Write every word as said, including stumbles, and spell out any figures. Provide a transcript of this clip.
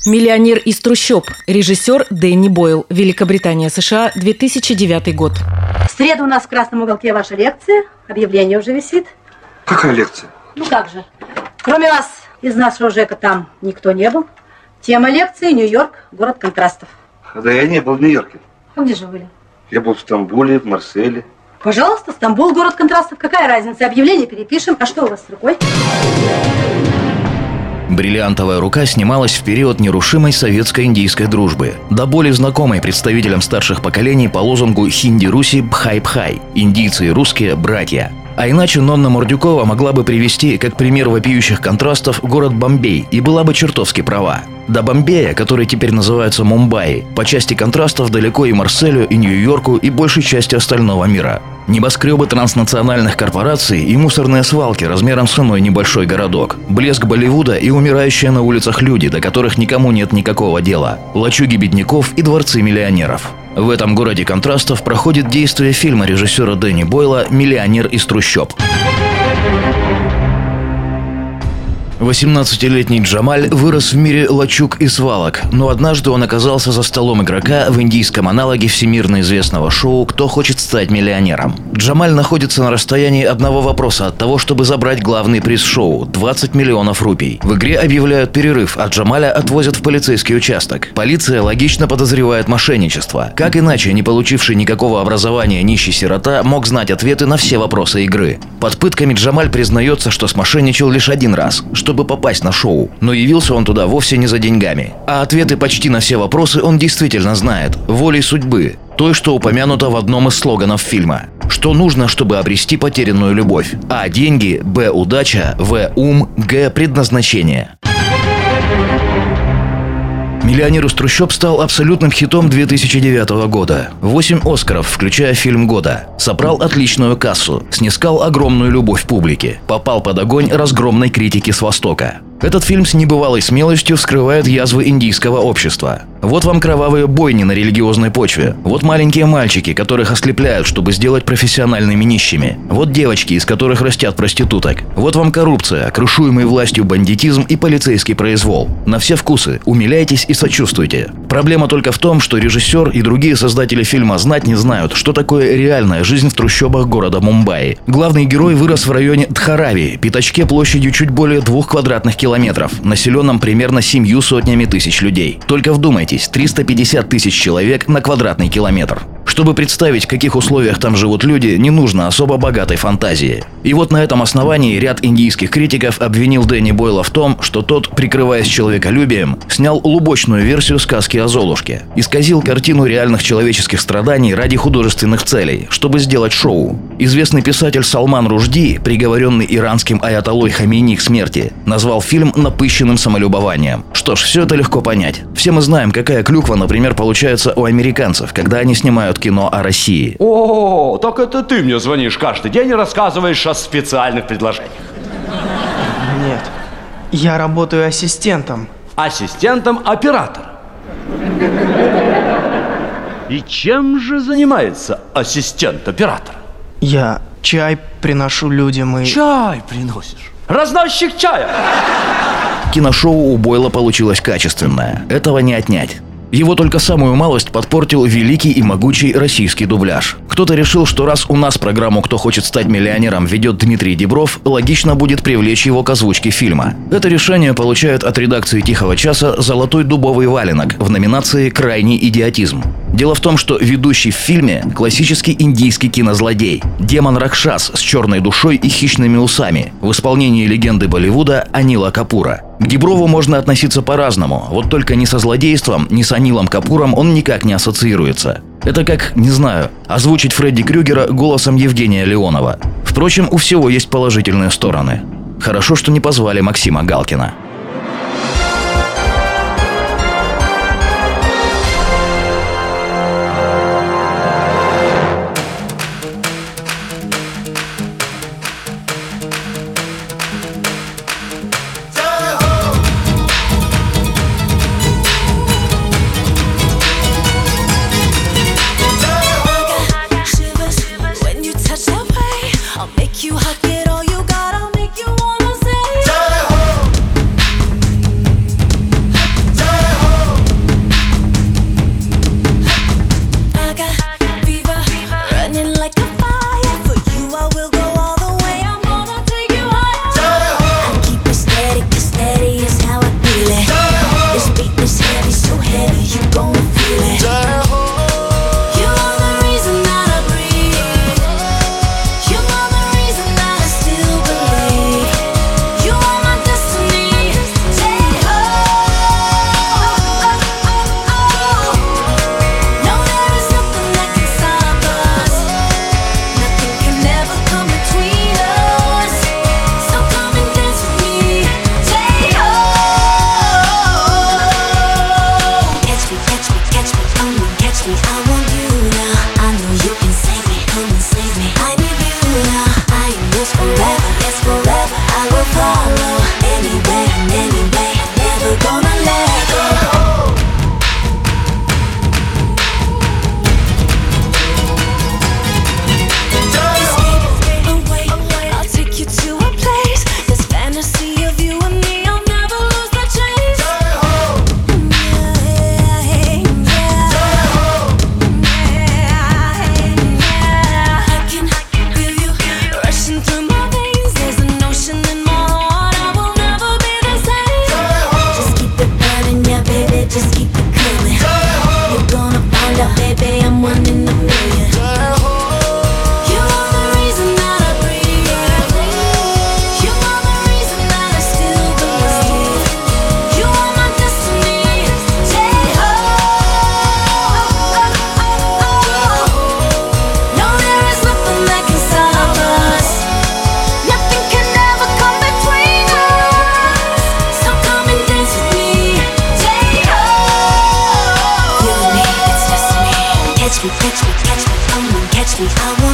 «Миллионер из трущоб». Режиссер Дэнни Бойл. Великобритания, США, две тысячи девятый год. В среду у нас в красном уголке ваша лекция. Объявление уже висит. Какая лекция? Ну как же. Кроме вас, из нашего ЖЭКа там никто не был. Тема лекции — Нью-Йорк, город контрастов. Да я не был в Нью-Йорке. А где же вы были? Я был в Стамбуле, в Марселе. Пожалуйста, Стамбул, город контрастов. Какая разница? Объявление перепишем. А что у вас с рукой? «Бриллиантовая рука» снималась в период нерушимой советско-индийской дружбы, до боли знакомой представителям старших поколений по лозунгу «Хинди-Руси Бхай-Бхай» – «Индийцы и русские – братья». А иначе Нонна Мордюкова могла бы привести как пример вопиющих контрастов город Бомбей и была бы чертовски права. До Бомбея, который теперь называется Мумбаи, по части контрастов далеко и Марселю, и Нью-Йорку, и большей части остального мира. Небоскребы транснациональных корпораций и мусорные свалки размером с иной небольшой городок. Блеск Болливуда и умирающие на улицах люди, до которых никому нет никакого дела. Лачуги бедняков и дворцы миллионеров. В этом городе контрастов проходит действие фильма режиссера Дэнни Бойла «Миллионер из трущоб». восемнадцатилетний Джамаль вырос в мире лачуг и свалок, но однажды он оказался за столом игрока в индийском аналоге всемирно известного шоу «Кто хочет стать миллионером?». Джамаль находится на расстоянии одного вопроса от того, чтобы забрать главный приз шоу – двадцать миллионов рупий. В игре объявляют перерыв, а Джамаля отвозят в полицейский участок. Полиция логично подозревает мошенничество. Как иначе не получивший никакого образования нищий сирота мог знать ответы на все вопросы игры? Под пытками Джамаль признается, что смошенничал лишь один раз – чтобы попасть на шоу, но явился он туда вовсе не за деньгами. А ответы почти на все вопросы он действительно знает, волей судьбы, той, что упомянуто в одном из слоганов фильма. Что нужно, чтобы обрести потерянную любовь? А. Деньги, Б. Удача, В. Ум, Г. Предназначение. «Миллионер из трущоб» стал абсолютным хитом две тысячи девятого года. Восемь «Оскаров», включая фильм года. Собрал отличную кассу, снискал огромную любовь публики. Попал под огонь разгромной критики с Востока. Этот фильм с небывалой смелостью вскрывает язвы индийского общества. Вот вам кровавые бойни на религиозной почве. Вот маленькие мальчики, которых ослепляют, чтобы сделать профессиональными нищими. Вот девочки, из которых растят проституток. Вот вам коррупция, крушуемый властью бандитизм и полицейский произвол. На все вкусы. Умиляйтесь и сочувствуйте. Проблема только в том, что режиссер и другие создатели фильма знать не знают, что такое реальная жизнь в трущобах города Мумбаи. Главный герой вырос в районе Дхарави, пятачке площадью чуть более двух квадратных километров, населенном примерно семью сотнями тысяч людей. Только вдумайтесь, триста пятьдесят тысяч человек на квадратный километр. Чтобы представить, в каких условиях там живут люди, не нужно особо богатой фантазии. И вот на этом основании ряд индийских критиков обвинил Дэнни Бойла в том, что тот, прикрываясь человеколюбием, снял лубочную версию сказки о Золушке. Исказил картину реальных человеческих страданий ради художественных целей, чтобы сделать шоу. Известный писатель Салман Рушди, приговоренный иранским аятоллой Хамейни к смерти, назвал фильм напыщенным самолюбованием. Что ж, все это легко понять. Все мы знаем, какая клюква, например, получается у американцев, когда они снимают кино о России. О, так это ты мне звонишь каждый день и рассказываешь о специальных предложениях. Нет, я работаю ассистентом. Ассистентом оператора. И чем же занимается ассистент оператора? Я чай приношу людям и... Чай приносишь? Разносчик чая! Киношоу у Бойла получилось качественное. Этого не отнять. Его только самую малость подпортил великий и могучий российский дубляж. Кто-то решил, что раз у нас программу «Кто хочет стать миллионером» ведет Дмитрий Дибров, логично будет привлечь его к озвучке фильма. Это решение получает от редакции «Тихого часа» золотой дубовый валенок в номинации «Крайний идиотизм». Дело в том, что ведущий в фильме – классический индийский кинозлодей, демон Ракшас с черной душой и хищными усами в исполнении легенды Болливуда Анила Капура. К Диброву можно относиться по-разному, вот только ни со злодейством, ни с Анилом Капуром он никак не ассоциируется. Это как, не знаю, озвучить Фредди Крюгера голосом Евгения Леонова. Впрочем, у всего есть положительные стороны. Хорошо, что не позвали Максима Галкина. You hug it all you got, I'll make you wanna say Jai Ho! catch me, catch me, catch me, come and catch me. I want